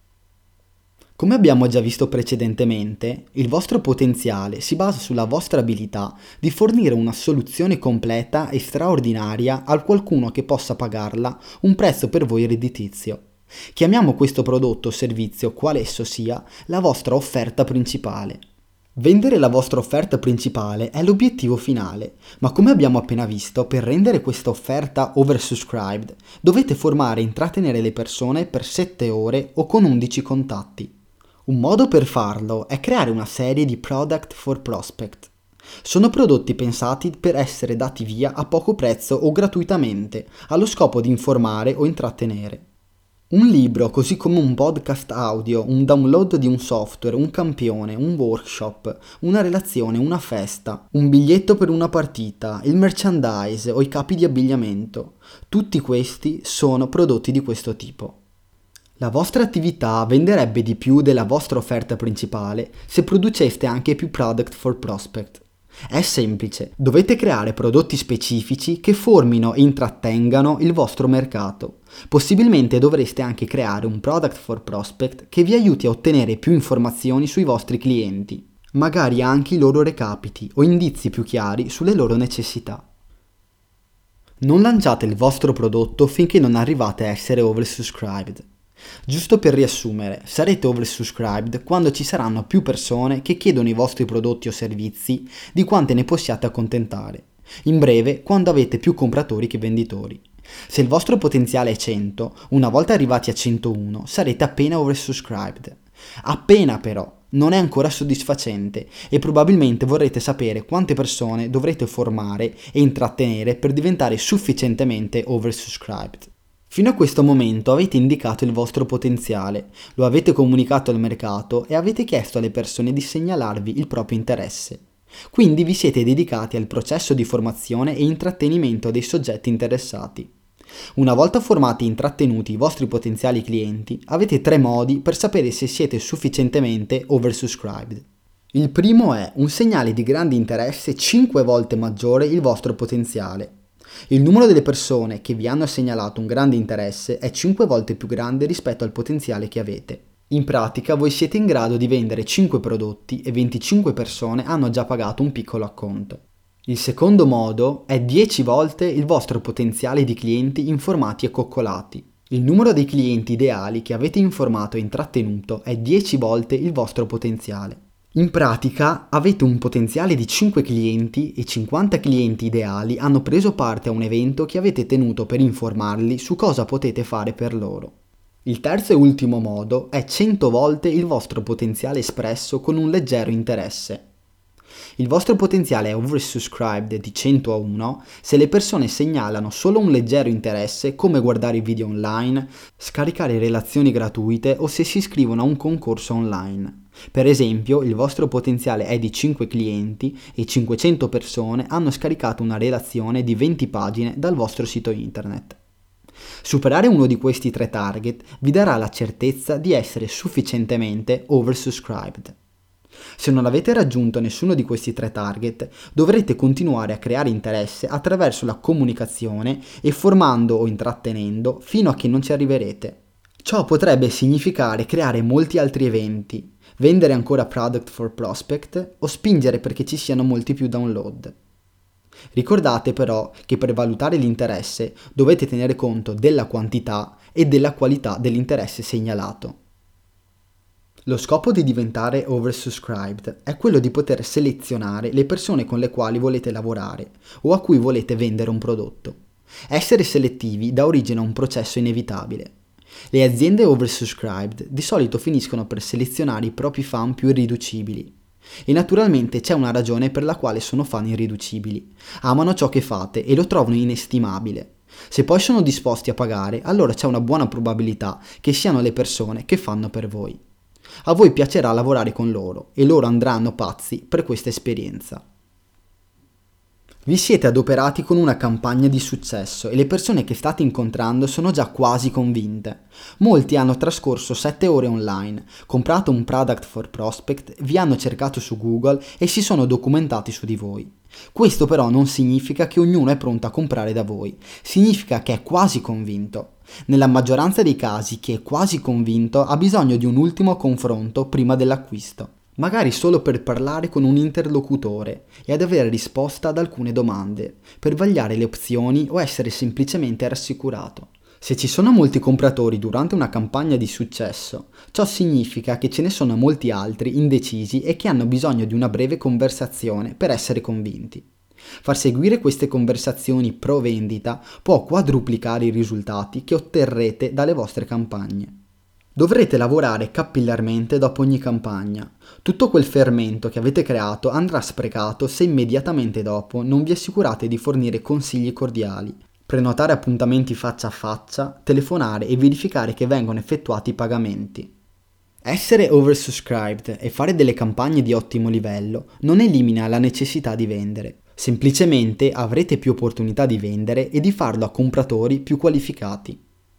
Come abbiamo già visto precedentemente, il vostro potenziale si basa sulla vostra abilità di fornire una soluzione completa e straordinaria a qualcuno che possa pagarla un prezzo per voi redditizio. Chiamiamo questo prodotto o servizio, quale esso sia, la vostra offerta principale. Vendere la vostra offerta principale è l'obiettivo finale, ma come abbiamo appena visto, per rendere questa offerta oversubscribed, dovete formare e intrattenere le persone per sette ore o con undici contatti. Un modo per farlo è creare una serie di product for prospect. Sono prodotti pensati per essere dati via a poco prezzo o gratuitamente, allo scopo di informare o intrattenere. Un libro, così come un podcast audio, un download di un software, un campione, un workshop, una relazione, una festa, un biglietto per una partita, il merchandise o i capi di abbigliamento, tutti questi sono prodotti di questo tipo. La vostra attività venderebbe di più della vostra offerta principale se produceste anche più product for prospect. È semplice, dovete creare prodotti specifici che formino e intrattengano il vostro mercato. Possibilmente dovreste anche creare un product for prospect che vi aiuti a ottenere più informazioni sui vostri clienti, magari anche i loro recapiti o indizi più chiari sulle loro necessità. Non lanciate il vostro prodotto finché non arrivate a essere oversubscribed. Giusto per riassumere, sarete oversubscribed quando ci saranno più persone che chiedono i vostri prodotti o servizi di quante ne possiate accontentare. In breve, quando avete più compratori che venditori. Se il vostro potenziale è cento, una volta arrivati a centouno sarete appena oversubscribed. Appena però, non è ancora soddisfacente e probabilmente vorrete sapere quante persone dovrete formare e intrattenere per diventare sufficientemente oversubscribed. Fino a questo momento avete indicato il vostro potenziale, lo avete comunicato al mercato e avete chiesto alle persone di segnalarvi il proprio interesse. Quindi vi siete dedicati al processo di formazione e intrattenimento dei soggetti interessati. Una volta formati e intrattenuti i vostri potenziali clienti, avete tre modi per sapere se siete sufficientemente oversubscribed. Il primo è un segnale di grande interesse cinque volte maggiore il vostro potenziale. Il numero delle persone che vi hanno segnalato un grande interesse è cinque volte più grande rispetto al potenziale che avete. In pratica voi siete in grado di vendere cinque prodotti e venticinque persone hanno già pagato un piccolo acconto. Il secondo modo è dieci volte il vostro potenziale di clienti informati e coccolati. Il numero dei clienti ideali che avete informato e intrattenuto è dieci volte il vostro potenziale. In pratica avete un potenziale di cinque clienti e cinquanta clienti ideali hanno preso parte a un evento che avete tenuto per informarli su cosa potete fare per loro. Il terzo e ultimo modo è cento volte il vostro potenziale espresso con un leggero interesse. Il vostro potenziale è oversubscribed di cento a uno se le persone segnalano solo un leggero interesse come guardare i video online, scaricare relazioni gratuite o se si iscrivono a un concorso online. Per esempio, il vostro potenziale è di cinque clienti e cinquecento persone hanno scaricato una relazione di venti pagine dal vostro sito internet. Superare uno di questi tre target vi darà la certezza di essere sufficientemente oversubscribed. Se non avete raggiunto nessuno di questi tre target, dovrete continuare a creare interesse attraverso la comunicazione e formando o intrattenendo fino a che non ci arriverete. Ciò potrebbe significare creare molti altri eventi, vendere ancora product for prospect o spingere perché ci siano molti più download. Ricordate però che per valutare l'interesse dovete tenere conto della quantità e della qualità dell'interesse segnalato. Lo scopo di diventare oversubscribed è quello di poter selezionare le persone con le quali volete lavorare o a cui volete vendere un prodotto. Essere selettivi dà origine a un processo inevitabile. Le aziende oversubscribed di solito finiscono per selezionare i propri fan più irriducibili. E naturalmente c'è una ragione per la quale sono fan irriducibili. Amano ciò che fate e lo trovano inestimabile. Se poi sono disposti a pagare, allora c'è una buona probabilità che siano le persone che fanno per voi. A voi piacerà lavorare con loro e loro andranno pazzi per questa esperienza. Vi siete adoperati con una campagna di successo e le persone che state incontrando sono già quasi convinte. Molti hanno trascorso sette ore online, comprato un product for prospect, vi hanno cercato su Google e si sono documentati su di voi. Questo però non significa che ognuno è pronto a comprare da voi, significa che è quasi convinto. Nella maggioranza dei casi chi è quasi convinto ha bisogno di un ultimo confronto prima dell'acquisto. Magari solo per parlare con un interlocutore e ad avere risposta ad alcune domande, per vagliare le opzioni o essere semplicemente rassicurato. Se ci sono molti compratori durante una campagna di successo, ciò significa che ce ne sono molti altri indecisi e che hanno bisogno di una breve conversazione per essere convinti. Far seguire queste conversazioni pro vendita può quadruplicare i risultati che otterrete dalle vostre campagne. Dovrete lavorare capillarmente dopo ogni campagna. Tutto quel fermento che avete creato andrà sprecato se immediatamente dopo non vi assicurate di fornire consigli cordiali, prenotare appuntamenti faccia a faccia, telefonare e verificare che vengono effettuati i pagamenti. Essere oversubscribed e fare delle campagne di ottimo livello non elimina la necessità di vendere. Semplicemente avrete più opportunità di vendere e di farlo a compratori più qualificati.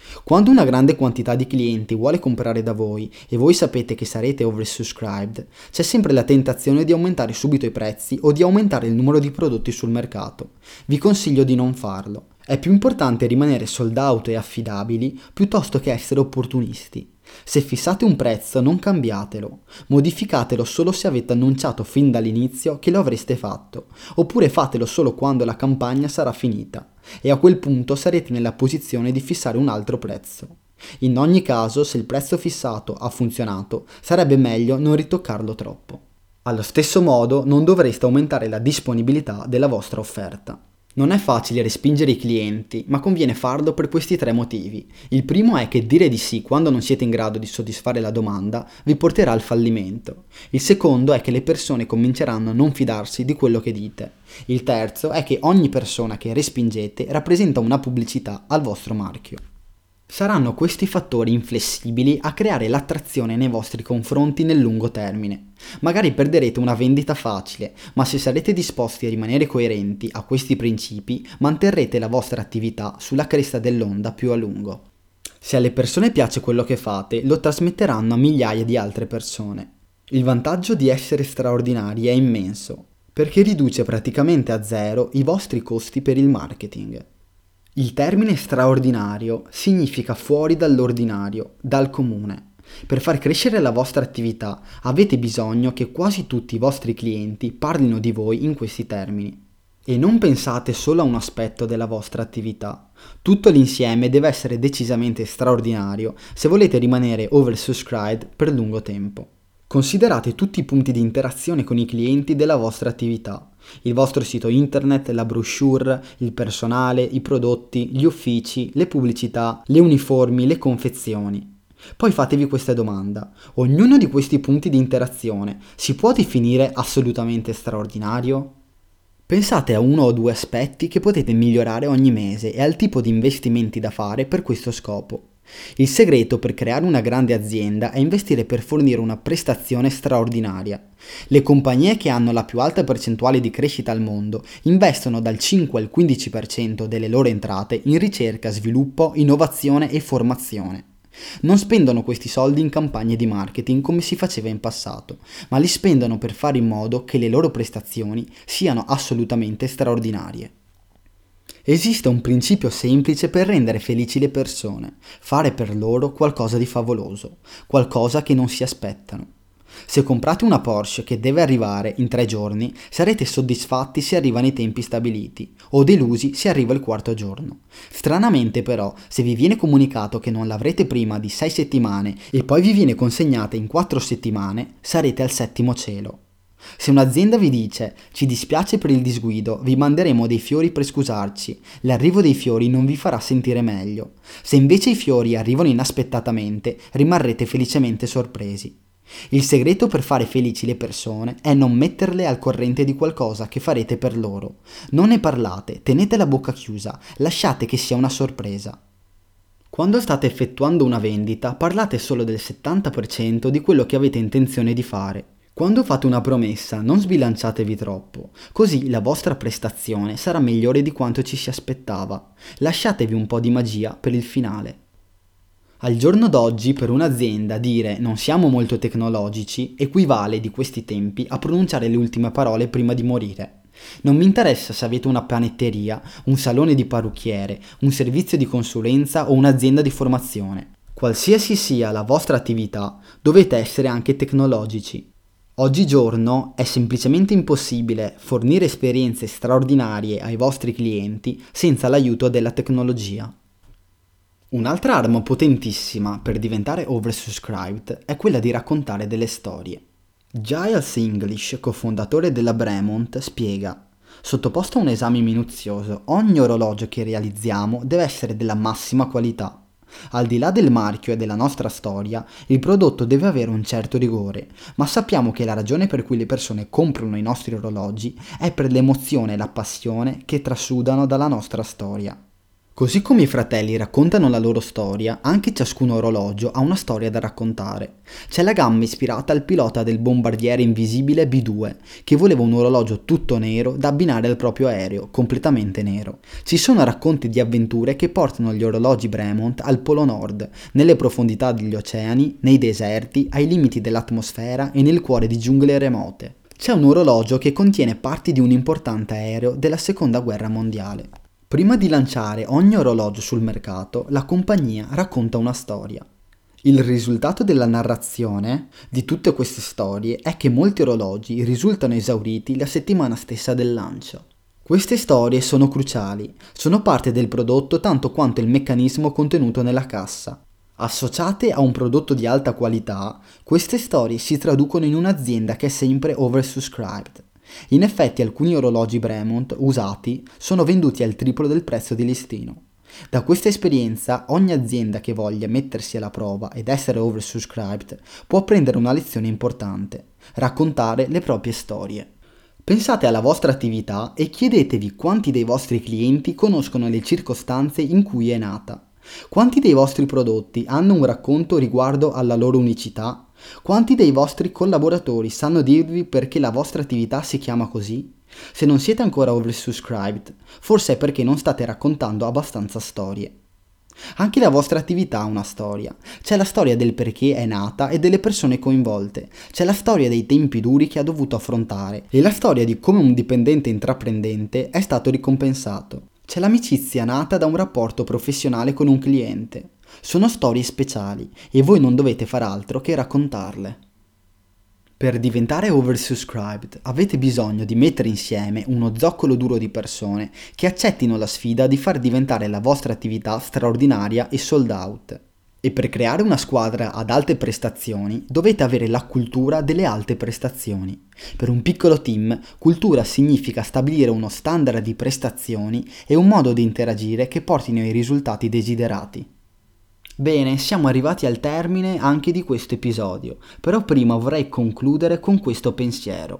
Quando una grande quantità di clienti vuole comprare da voi e voi sapete che sarete oversubscribed, c'è sempre la tentazione di aumentare subito i prezzi o di aumentare il numero di prodotti sul mercato. Vi consiglio di non farlo. È più importante rimanere sold out e affidabili piuttosto che essere opportunisti. Se fissate un prezzo, non cambiatelo, modificatelo solo se avete annunciato fin dall'inizio che lo avreste fatto, oppure fatelo solo quando la campagna sarà finita, e a quel punto sarete nella posizione di fissare un altro prezzo. In ogni caso, se il prezzo fissato ha funzionato, sarebbe meglio non ritoccarlo troppo. Allo stesso modo, non dovreste aumentare la disponibilità della vostra offerta. Non è facile respingere i clienti, ma conviene farlo per questi tre motivi. Il primo è che dire di sì quando non siete in grado di soddisfare la domanda vi porterà al fallimento. Il secondo è che le persone cominceranno a non fidarsi di quello che dite. Il terzo è che ogni persona che respingete rappresenta una pubblicità al vostro marchio. Saranno questi fattori inflessibili a creare l'attrazione nei vostri confronti nel lungo termine. Magari perderete una vendita facile, ma se sarete disposti a rimanere coerenti a questi principi, manterrete la vostra attività sulla cresta dell'onda più a lungo. Se alle persone piace quello che fate, lo trasmetteranno a migliaia di altre persone. Il vantaggio di essere straordinari è immenso, perché riduce praticamente a zero i vostri costi per il marketing. Il termine straordinario significa fuori dall'ordinario, dal comune. Per far crescere la vostra attività avete bisogno che quasi tutti i vostri clienti parlino di voi in questi termini. E non pensate solo a un aspetto della vostra attività. Tutto l'insieme deve essere decisamente straordinario se volete rimanere oversubscribed per lungo tempo. Considerate tutti i punti di interazione con i clienti della vostra attività. Il vostro sito internet, la brochure, il personale, i prodotti, gli uffici, le pubblicità, le uniformi, le confezioni. Poi fatevi questa domanda: ognuno di questi punti di interazione si può definire assolutamente straordinario? Pensate a uno o due aspetti che potete migliorare ogni mese e al tipo di investimenti da fare per questo scopo. Il segreto per creare una grande azienda è investire per fornire una prestazione straordinaria. Le compagnie che hanno la più alta percentuale di crescita al mondo investono dal cinque al quindici per cento delle loro entrate in ricerca, sviluppo, innovazione e formazione. Non spendono questi soldi in campagne di marketing come si faceva in passato, ma li spendono per fare in modo che le loro prestazioni siano assolutamente straordinarie. Esiste un principio semplice per rendere felici le persone: fare per loro qualcosa di favoloso, qualcosa che non si aspettano. Se comprate una Porsche che deve arrivare in tre giorni, sarete soddisfatti se arriva nei tempi stabiliti, o delusi se arriva il quarto giorno. Stranamente però, se vi viene comunicato che non l'avrete prima di sei settimane e poi vi viene consegnata in quattro settimane, sarete al settimo cielo. Se un'azienda vi dice: ci dispiace per il disguido, vi manderemo dei fiori per scusarci, l'arrivo dei fiori non vi farà sentire meglio. Se invece i fiori arrivano inaspettatamente, rimarrete felicemente sorpresi. Il segreto per fare felici le persone è non metterle al corrente di qualcosa che farete per loro. Non ne parlate, tenete la bocca chiusa, lasciate che sia una sorpresa. Quando state effettuando una vendita, parlate solo del settanta per cento di quello che avete intenzione di fare. Quando fate una promessa, non sbilanciatevi troppo, così la vostra prestazione sarà migliore di quanto ci si aspettava. Lasciatevi un po' di magia per il finale. Al giorno d'oggi, per un'azienda dire "non siamo molto tecnologici" equivale di questi tempi a pronunciare le ultime parole prima di morire. Non mi interessa se avete una panetteria, un salone di parrucchiere, un servizio di consulenza o un'azienda di formazione. Qualsiasi sia la vostra attività, dovete essere anche tecnologici. Oggigiorno è semplicemente impossibile fornire esperienze straordinarie ai vostri clienti senza l'aiuto della tecnologia. Un'altra arma potentissima per diventare oversubscribed è quella di raccontare delle storie. Giles English, cofondatore della Bremont, spiega: sottoposto a un esame minuzioso, ogni orologio che realizziamo deve essere della massima qualità. Al di là del marchio e della nostra storia, il prodotto deve avere un certo rigore, ma sappiamo che la ragione per cui le persone comprano i nostri orologi è per l'emozione e la passione che trasudano dalla nostra storia. Così come i fratelli raccontano la loro storia, anche ciascun orologio ha una storia da raccontare. C'è la gamma ispirata al pilota del bombardiere invisibile B due, che voleva un orologio tutto nero da abbinare al proprio aereo, completamente nero. Ci sono racconti di avventure che portano gli orologi Bremont al Polo Nord, nelle profondità degli oceani, nei deserti, ai limiti dell'atmosfera e nel cuore di giungle remote. C'è un orologio che contiene parti di un importante aereo della Seconda Guerra Mondiale. Prima di lanciare ogni orologio sul mercato, la compagnia racconta una storia. Il risultato della narrazione di tutte queste storie è che molti orologi risultano esauriti la settimana stessa del lancio. Queste storie sono cruciali, sono parte del prodotto tanto quanto il meccanismo contenuto nella cassa. Associate a un prodotto di alta qualità, queste storie si traducono in un'azienda che è sempre oversubscribed. In effetti alcuni orologi Bremont usati sono venduti al triplo del prezzo di listino. Da questa esperienza ogni azienda che voglia mettersi alla prova ed essere oversubscribed può prendere una lezione importante: raccontare le proprie storie. Pensate alla vostra attività e chiedetevi quanti dei vostri clienti conoscono le circostanze in cui è nata. Quanti dei vostri prodotti hanno un racconto riguardo alla loro unicità? Quanti dei vostri collaboratori sanno dirvi perché la vostra attività si chiama così? Se non siete ancora oversubscribed, forse è perché non state raccontando abbastanza storie. Anche la vostra attività ha una storia. C'è la storia del perché è nata e delle persone coinvolte. C'è la storia dei tempi duri che ha dovuto affrontare e la storia di come un dipendente intraprendente è stato ricompensato. C'è l'amicizia nata da un rapporto professionale con un cliente. Sono storie speciali e voi non dovete far altro che raccontarle. Per diventare oversubscribed avete bisogno di mettere insieme uno zoccolo duro di persone che accettino la sfida di far diventare la vostra attività straordinaria e sold out. E per creare una squadra ad alte prestazioni dovete avere la cultura delle alte prestazioni. Per un piccolo team, cultura significa stabilire uno standard di prestazioni e un modo di interagire che portino ai risultati desiderati. Bene, siamo arrivati al termine anche di questo episodio, però prima vorrei concludere con questo pensiero.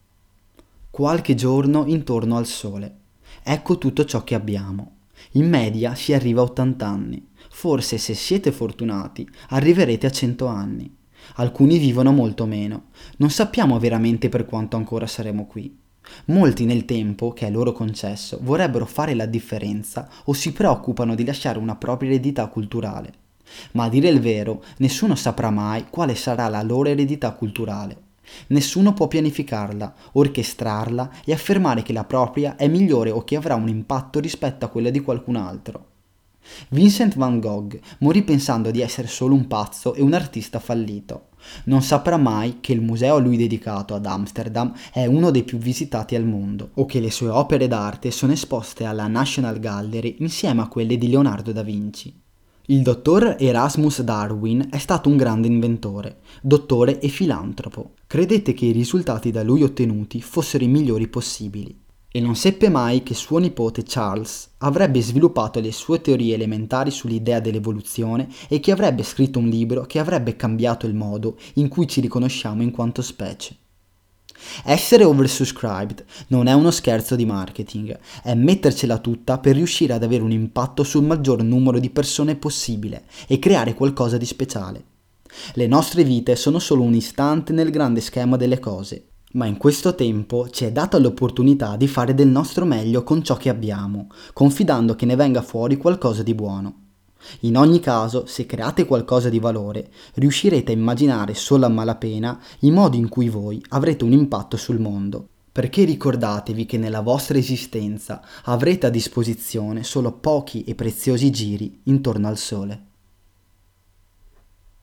Qualche giorno intorno al sole. Ecco tutto ciò che abbiamo. In media si arriva a ottanta anni. Forse, se siete fortunati, arriverete a cento anni. Alcuni vivono molto meno. Non sappiamo veramente per quanto ancora saremo qui. Molti nel tempo, che è loro concesso, vorrebbero fare la differenza o si preoccupano di lasciare una propria eredità culturale. Ma a dire il vero, nessuno saprà mai quale sarà la loro eredità culturale. Nessuno può pianificarla, orchestrarla e affermare che la propria è migliore o che avrà un impatto rispetto a quella di qualcun altro. Vincent van Gogh morì pensando di essere solo un pazzo e un artista fallito. Non saprà mai che il museo a lui dedicato ad Amsterdam è uno dei più visitati al mondo, o che le sue opere d'arte sono esposte alla National Gallery insieme a quelle di Leonardo da Vinci. Il dottor Erasmus Darwin è stato un grande inventore, dottore e filantropo. Credette che i risultati da lui ottenuti fossero i migliori possibili. E non seppe mai che suo nipote Charles avrebbe sviluppato le sue teorie elementari sull'idea dell'evoluzione e che avrebbe scritto un libro che avrebbe cambiato il modo in cui ci riconosciamo in quanto specie. Essere oversubscribed non è uno scherzo di marketing, è mettercela tutta per riuscire ad avere un impatto sul maggior numero di persone possibile e creare qualcosa di speciale. Le nostre vite sono solo un istante nel grande schema delle cose. Ma in questo tempo ci è data l'opportunità di fare del nostro meglio con ciò che abbiamo, confidando che ne venga fuori qualcosa di buono. In ogni caso, se create qualcosa di valore, riuscirete a immaginare solo a malapena i modi in cui voi avrete un impatto sul mondo. Perché ricordatevi che nella vostra esistenza avrete a disposizione solo pochi e preziosi giri intorno al sole.